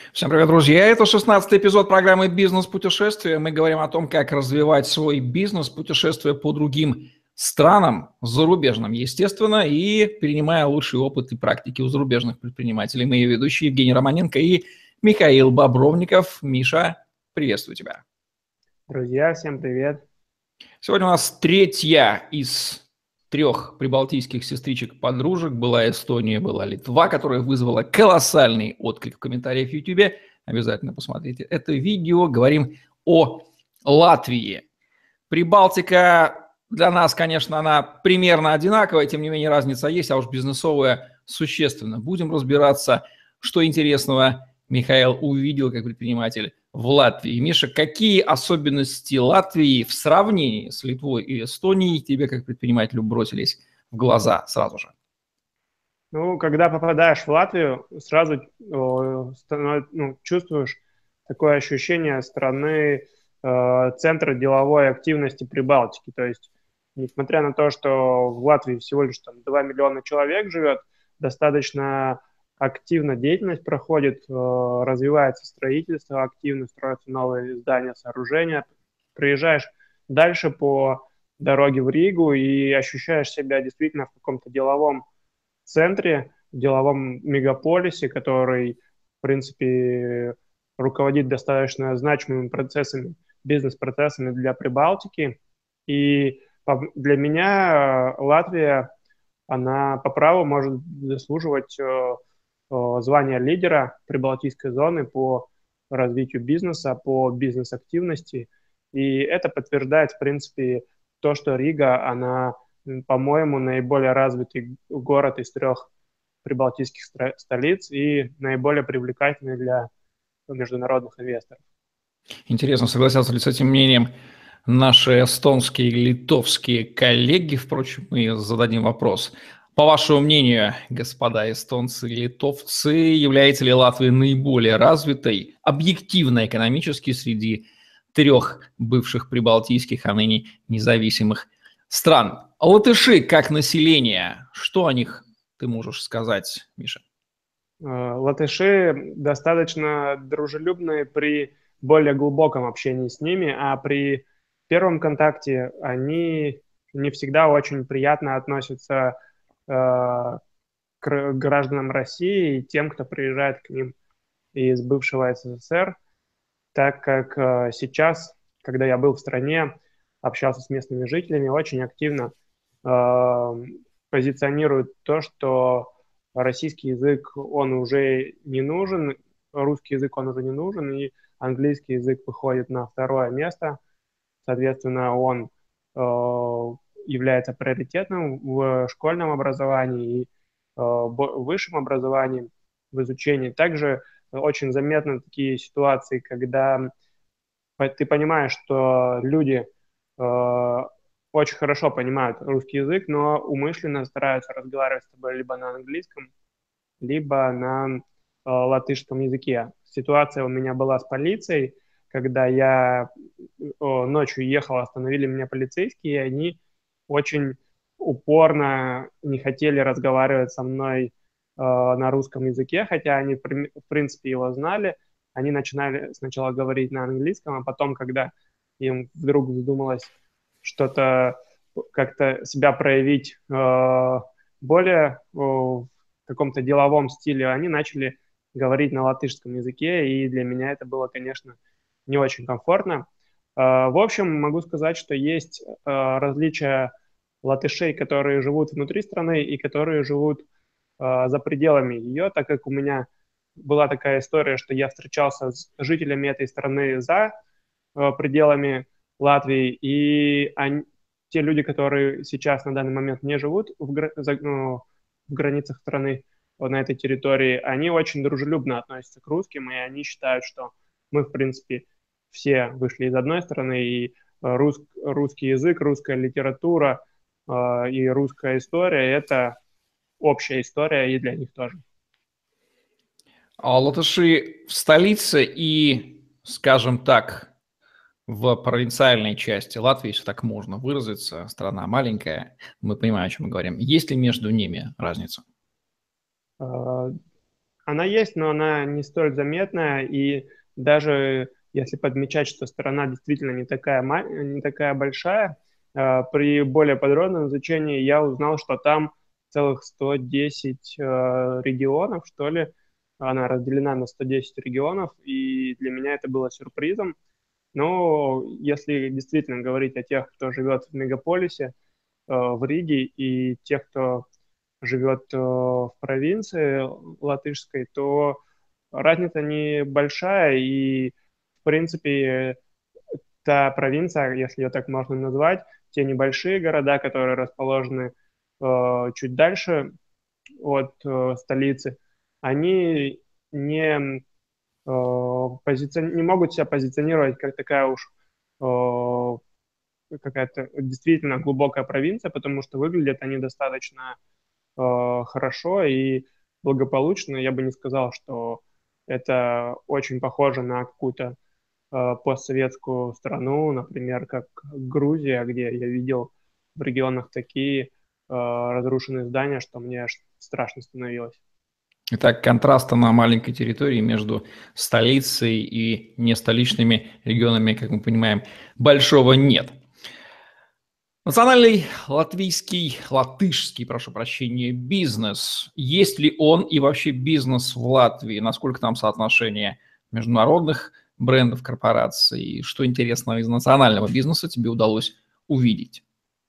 Всем привет, друзья! Это 16-й эпизод программы «Бизнес-путешествия». Мы говорим о том, как развивать свой бизнес, путешествуя по другим странам, зарубежным, естественно, и перенимая лучший опыт и практики у зарубежных предпринимателей. Мы ее ведущие Евгений Романенко и Михаил Бобровников. Миша, приветствую тебя. Друзья, всем привет. Сегодня у нас третья из 3 прибалтийских сестричек-подружек. Была Эстония, была Литва, которая вызвала колоссальный отклик в комментариях в YouTube. Обязательно посмотрите это видео. Говорим о Латвии. Прибалтика для нас, конечно, она примерно одинаковая, тем не менее разница есть, а уж бизнесовая существенно. Будем разбираться, что интересного Михаил увидел как предприниматель в Латвии. Миша, какие особенности Латвии в сравнении с Литвой и Эстонией тебе как предпринимателю бросились в глаза сразу же? Ну, когда попадаешь в Латвию, сразу чувствуешь такое ощущение страны, центра деловой активности Прибалтики. То есть, несмотря на то, что в Латвии всего лишь там 2 миллиона человек живет, достаточно активно деятельность проходит, развивается строительство, активно строятся новые здания, сооружения. Приезжаешь дальше по дороге в Ригу и ощущаешь себя действительно в каком-то деловом центре, в деловом мегаполисе, который, в принципе, руководит достаточно значимыми процессами, бизнес-процессами для Прибалтики. И для меня Латвия, она по праву может заслуживать звания лидера Прибалтийской зоны по развитию бизнеса, по бизнес-активности. И это подтверждает, в принципе, то, что Рига, она, по-моему, наиболее развитый город из 3 прибалтийских столиц и наиболее привлекательный для международных инвесторов. Интересно, согласятся ли с этим мнением наши эстонские и литовские коллеги? Впрочем, мы зададим вопрос. По вашему мнению, господа эстонцы и литовцы, является ли Латвия наиболее развитой, объективно экономически среди 3 бывших прибалтийских, а ныне независимых стран? Латыши как население, что о них ты можешь сказать, Миша? Латыши достаточно дружелюбные при более глубоком общении с ними, а при первом контакте они не всегда очень приятно относятся к гражданам России и тем, кто приезжает к ним из бывшего СССР, так как сейчас, когда я был в стране, общался с местными жителями, очень активно позиционируют то, что российский язык, он уже не нужен, русский язык, он уже не нужен, и английский язык выходит на 2 место. Соответственно, он является приоритетным в школьном образовании и высшем образовании, в изучении. Также очень заметны такие ситуации, когда ты понимаешь, что люди очень хорошо понимают русский язык, но умышленно стараются разговаривать с тобой либо на английском, либо на латышском языке. Ситуация у меня была с полицией, когда я ночью ехал, остановили меня полицейские, и они очень упорно не хотели разговаривать со мной на русском языке, хотя они, в принципе, его знали. Они начинали сначала говорить на английском, а потом, когда им вдруг вздумалось что-то, как-то себя проявить более в каком-то деловом стиле, они начали говорить на латышском языке, и для меня это было, конечно, не очень комфортно. В общем, могу сказать, что есть различия латышей, которые живут внутри страны и которые живут за пределами ее, так как у меня была такая история, что я встречался с жителями этой страны за пределами Латвии, и те люди, которые сейчас на данный момент не живут в границах страны, на этой территории, они очень дружелюбно относятся к русским, и они считают, что мы, в принципе, все вышли из одной страны, и русский язык, русская литература и русская история – это общая история и для них тоже. А латыши в столице и, скажем так, в провинциальной части Латвии, если так можно выразиться, страна маленькая, мы понимаем, о чем мы говорим. Есть ли между ними разница? Она есть, но она не столь заметная, и даже если подмечать, что страна действительно не такая большая, при более подробном изучении я узнал, что там целых 110 регионов, что ли. Она разделена на 110 регионов, и для меня это было сюрпризом. Но если действительно говорить о тех, кто живет в мегаполисе, в Риге, и тех, кто живет в провинции латышской, то разница небольшая, и, в принципе, та провинция, если ее так можно назвать, те небольшие города, которые расположены чуть дальше от столицы, они не, не могут себя позиционировать как такая уж какая-то действительно глубокая провинция, потому что выглядят они достаточно хорошо и благополучно. Я бы не сказал, что это очень похоже на какую-то постсоветскую страну, например, как Грузия, где я видел в регионах такие разрушенные здания, что мне аж страшно становилось. Итак, контраста на маленькой территории между столицей и нестоличными регионами, как мы понимаем, большого нет. Национальный латышский, прошу прощения, бизнес. Есть ли он и вообще бизнес в Латвии? Насколько там соотношение международных брендов, корпораций? Что интересного из национального бизнеса тебе удалось увидеть?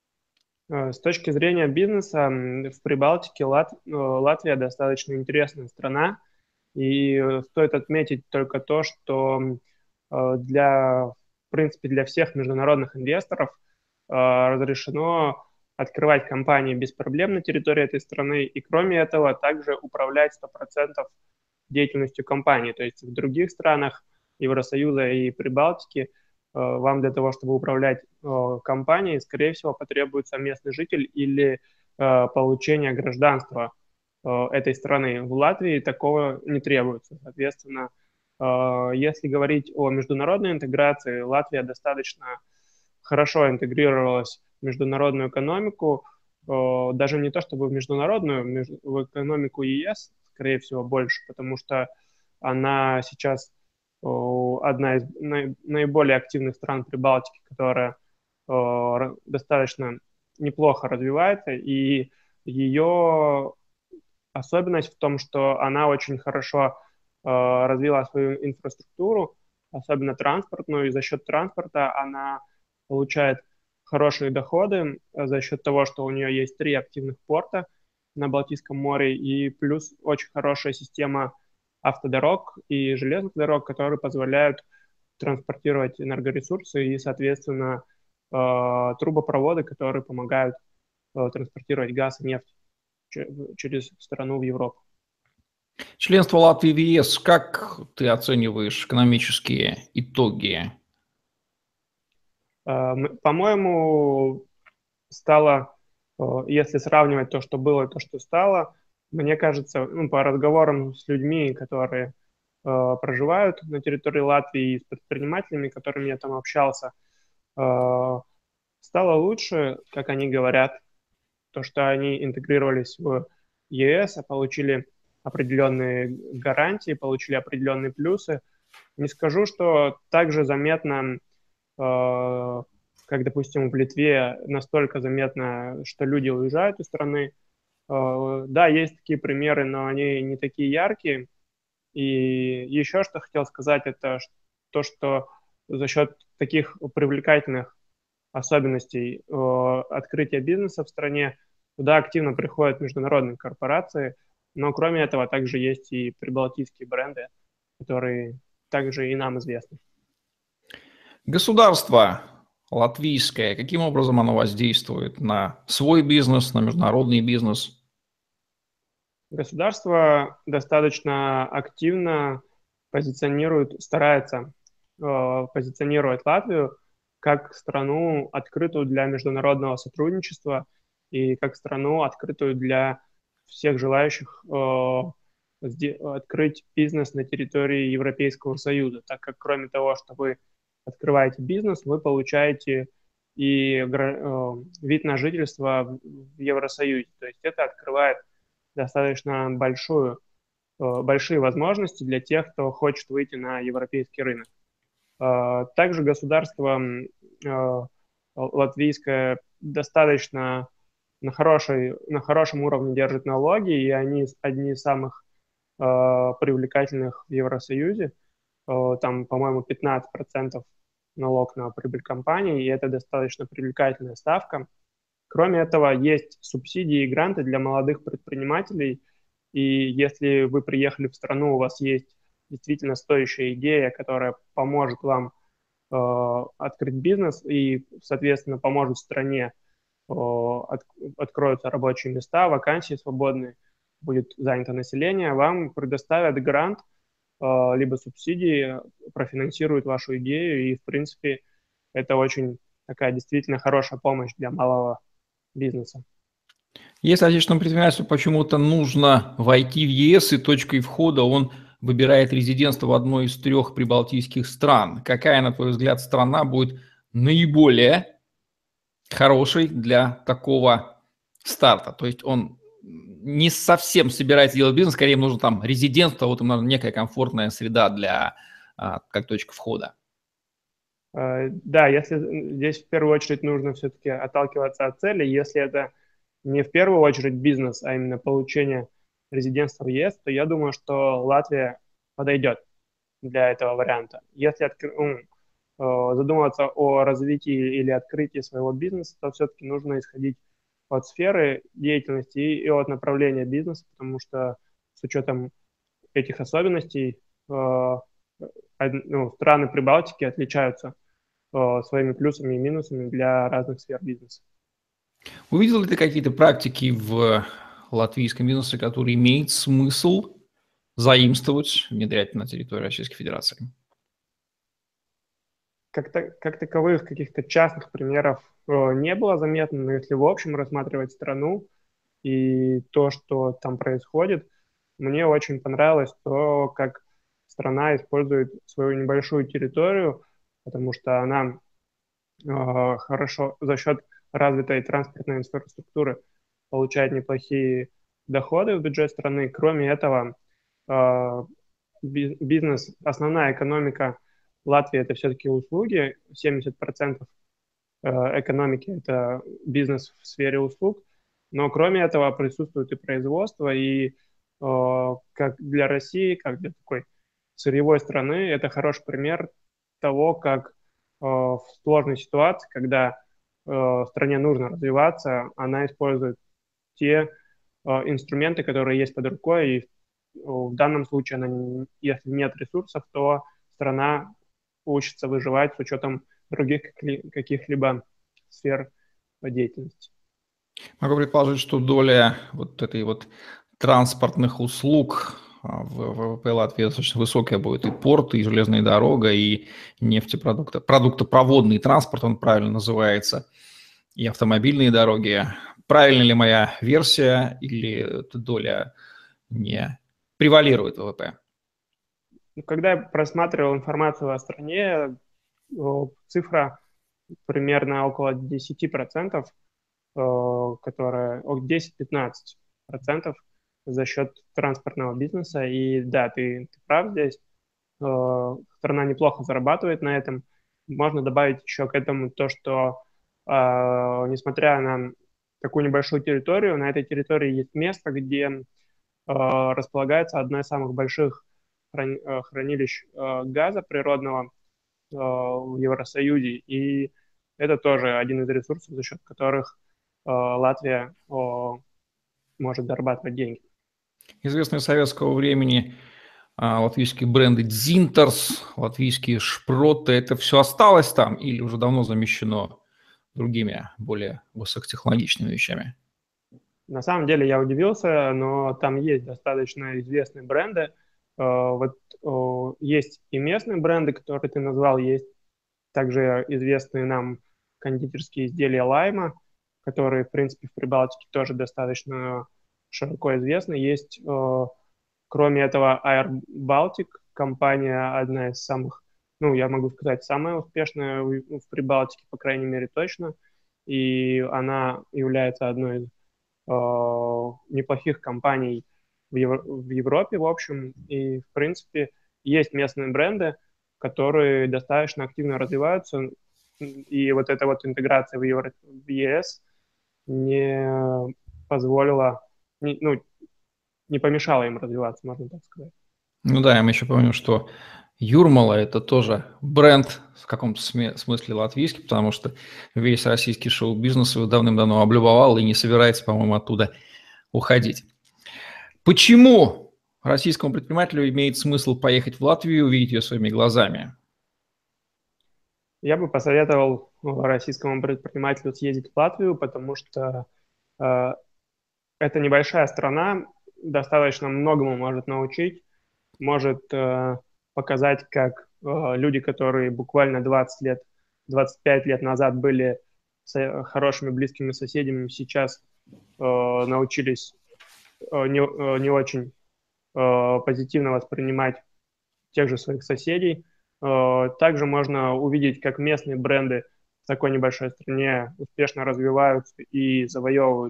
С точки зрения бизнеса, в Прибалтике Латвия достаточно интересная страна. И стоит отметить только то, что в принципе, для всех международных инвесторов разрешено открывать компании без проблем на территории этой страны. И кроме этого, также управлять 100% деятельностью компании. То есть в других странах Евросоюза и Прибалтики вам для того, чтобы управлять компанией, скорее всего, потребуется местный житель или получение гражданства этой страны. В Латвии такого не требуется. Соответственно, если говорить о международной интеграции, Латвия достаточно хорошо интегрировалась в международную экономику, даже не то чтобы в международную, в экономику ЕС, скорее всего, больше, потому что она сейчас одна из наиболее активных стран Прибалтики, которая достаточно неплохо развивается, и ее особенность в том, что она очень хорошо развила свою инфраструктуру, особенно транспортную, и за счет транспорта она получает хорошие доходы за счет того, что у нее есть 3 активных порта на Балтийском море, и плюс очень хорошая система автодорог и железных дорог, которые позволяют транспортировать энергоресурсы и, соответственно, трубопроводы, которые помогают транспортировать газ и нефть через страну в Европу. Членство Латвии в ЕС, как ты оцениваешь экономические итоги? По-моему, стало, если сравнивать то, что было, и то, что стало, мне кажется, ну, по разговорам с людьми, которые проживают на территории Латвии, и с предпринимателями, с которыми я там общался, стало лучше, как они говорят, то, что они интегрировались в ЕС, получили определенные гарантии, получили определенные плюсы. Не скажу, что также заметно, как, допустим, в Литве, настолько заметно, что люди уезжают из страны. Да, есть такие примеры, но они не такие яркие. И еще что хотел сказать, это то, что за счет таких привлекательных особенностей открытия бизнеса в стране туда активно приходят международные корпорации, но кроме этого также есть и прибалтийские бренды, которые также и нам известны. Государство латвийское, каким образом оно воздействует на свой бизнес, на международный бизнес? Государство достаточно активно старается позиционировать Латвию как страну, открытую для международного сотрудничества и как страну, открытую для всех желающих открыть бизнес на территории Европейского Союза, так как кроме того, что вы открываете бизнес, вы получаете и вид на жительство в Евросоюзе. То есть это открывает достаточно большую большие возможности для тех, кто хочет выйти на европейский рынок. Также государство латвийское достаточно на хорошем уровне держит налоги, и они одни из самых привлекательных в Евросоюзе. Там, по-моему, 15% налог на прибыль компании, и это достаточно привлекательная ставка. Кроме этого, есть субсидии и гранты для молодых предпринимателей, и если вы приехали в страну, у вас есть действительно стоящая идея, которая поможет вам открыть бизнес и, соответственно, поможет стране, откроются рабочие места, вакансии свободные, будет занято население, вам предоставят грант, либо субсидии, профинансируют вашу идею, и, в принципе, это очень такая действительно хорошая помощь для малого бизнеса. Если отечественному предпринимателю почему-то нужно войти в ЕС, и точкой входа он выбирает резидентство в одной из 3 прибалтийских стран, какая, на твой взгляд, страна будет наиболее хорошей для такого старта? То есть он не совсем собирается делать бизнес, скорее ему нужно там резидентство, вот ему нужна некая комфортная среда для как точка входа. Да, если здесь в первую очередь нужно все-таки отталкиваться от цели, если это не в первую очередь бизнес, а именно получение резидентства в ЕС, то я думаю, что Латвия подойдет для этого варианта. Если задумываться о развитии или открытии своего бизнеса, то все-таки нужно исходить от сферы деятельности и от направления бизнеса, потому что с учетом этих особенностей страны Прибалтики отличаются своими плюсами и минусами для разных сфер бизнеса. Увидел ли ты какие-то практики в латвийском бизнесе, которые имеет смысл заимствовать, внедрять на территории Российской Федерации? Как таковых каких-то частных примеров не было заметно, но если в общем рассматривать страну и то, что там происходит, мне очень понравилось то, как страна использует свою небольшую территорию, потому что она хорошо за счет развитой транспортной инфраструктуры получает неплохие доходы в бюджет страны. Кроме этого, бизнес, основная экономика Латвии – это все-таки услуги. 70% экономики – это бизнес в сфере услуг. Но кроме этого присутствует и производство, и как для России, как для такой сырьевой страны, это хороший пример того, как в сложной ситуации, когда стране нужно развиваться, она использует те инструменты, которые есть под рукой, и в данном случае, если нет ресурсов, то страна учится выживать с учетом других каких-либо сфер деятельности. Могу предположить, что доля вот этой вот транспортных услуг в ВВП Латвии достаточно высокая будет. И порты, и железная дорога, и нефтепродукты. Продуктопроводный транспорт, он правильно называется, и автомобильные дороги. Правильна ли моя версия, или эта доля не превалирует в ВВП? Когда я просматривал информацию о стране, цифра примерно около 10%, которая 10-15% за счет транспортного бизнеса. И да, ты прав здесь. Страна неплохо зарабатывает на этом. Можно добавить еще к этому то, что несмотря на такую небольшую территорию, на этой территории есть место, где располагается одно из самых больших хранилищ газа природного в Евросоюзе. И это тоже один из ресурсов, за счет которых Латвия может зарабатывать деньги. Известные советского времени латвийские бренды Дзинтерс, латвийские шпроты, это все осталось там или уже давно замещено другими, более высокотехнологичными вещами? На самом деле я удивился, но там есть достаточно известные бренды. Вот есть и местные бренды, которые ты назвал, есть также известные нам кондитерские изделия Лайма, которые, в принципе, в Прибалтике тоже достаточно широко известны. Есть, кроме этого, Air Baltic, компания одна из самых, ну, я могу сказать, самая успешная в Прибалтике, по крайней мере, точно. И она является одной из неплохих компаний в Европе, в общем, и, в принципе, есть местные бренды, которые достаточно активно развиваются, и вот эта вот интеграция в ЕС не позволила, ну, не помешала им развиваться, можно так сказать. Ну да, мы еще помним, что Юрмала – это тоже бренд в каком-то смысле латвийский, потому что весь российский шоу-бизнес его давным-давно облюбовал и не собирается, по-моему, оттуда уходить. Почему российскому предпринимателю имеет смысл поехать в Латвию и увидеть ее своими глазами? Я бы посоветовал российскому предпринимателю съездить в Латвию, потому что это небольшая страна, достаточно многому может научить, может показать, как люди, которые буквально 20 лет, 25 лет назад были хорошими близкими соседями, сейчас научились не очень позитивно воспринимать тех же своих соседей. Также можно увидеть, как местные бренды в такой небольшой стране успешно развиваются и завоевывают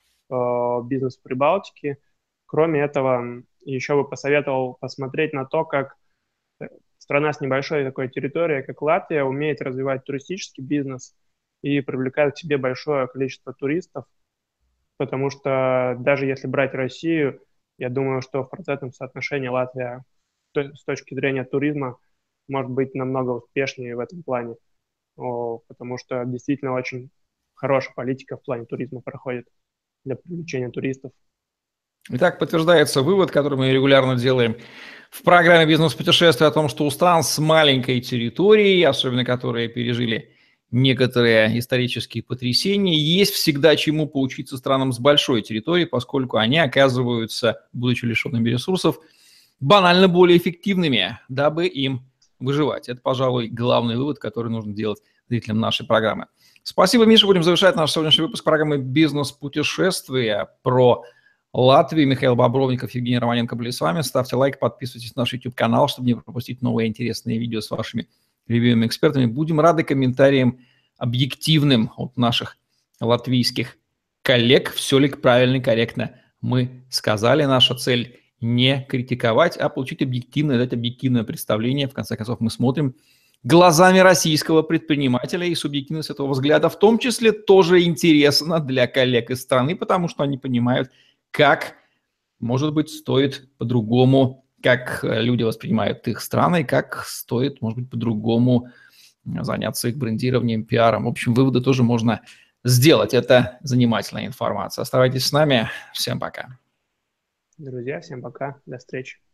бизнес в Прибалтике. Кроме этого, еще бы посоветовал посмотреть на то, как страна с небольшой такой территорией, как Латвия, умеет развивать туристический бизнес и привлекает к себе большое количество туристов, потому что даже если брать Россию, я думаю, что в процентном соотношении Латвия с точки зрения туризма может быть намного успешнее в этом плане, потому что действительно очень хорошая политика в плане туризма проходит для привлечения туристов. Итак, подтверждается вывод, который мы регулярно делаем в программе «Бизнес-путешествия» о том, что у стран с маленькой территорией, особенно которые пережили некоторые исторические потрясения, есть всегда чему поучиться странам с большой территорией, поскольку они оказываются, будучи лишенными ресурсов, банально более эффективными, дабы им выживать. Это, пожалуй, главный вывод, который нужно делать зрителям нашей программы. Спасибо, Миша. Будем завершать наш сегодняшний выпуск программы «Бизнес-путешествия» про Латвию. Михаил Бобровников, Евгений Романенко были с вами. Ставьте лайк, подписывайтесь на наш YouTube-канал, чтобы не пропустить новые интересные видео с вашими любимыми экспертами. Будем рады комментариям объективным от наших латвийских коллег. Все ли правильно и корректно мы сказали. Наша цель – не критиковать, а получить объективное, дать объективное представление. В конце концов, мы смотрим глазами российского предпринимателя, и субъективность этого взгляда в том числе тоже интересна для коллег из страны, потому что они понимают, как, может быть, стоит по-другому, как люди воспринимают их страны, как стоит, может быть, по-другому заняться их брендированием, пиаром. В общем, выводы тоже можно сделать. Это занимательная информация. Оставайтесь с нами. Всем пока. Друзья, всем пока. До встречи.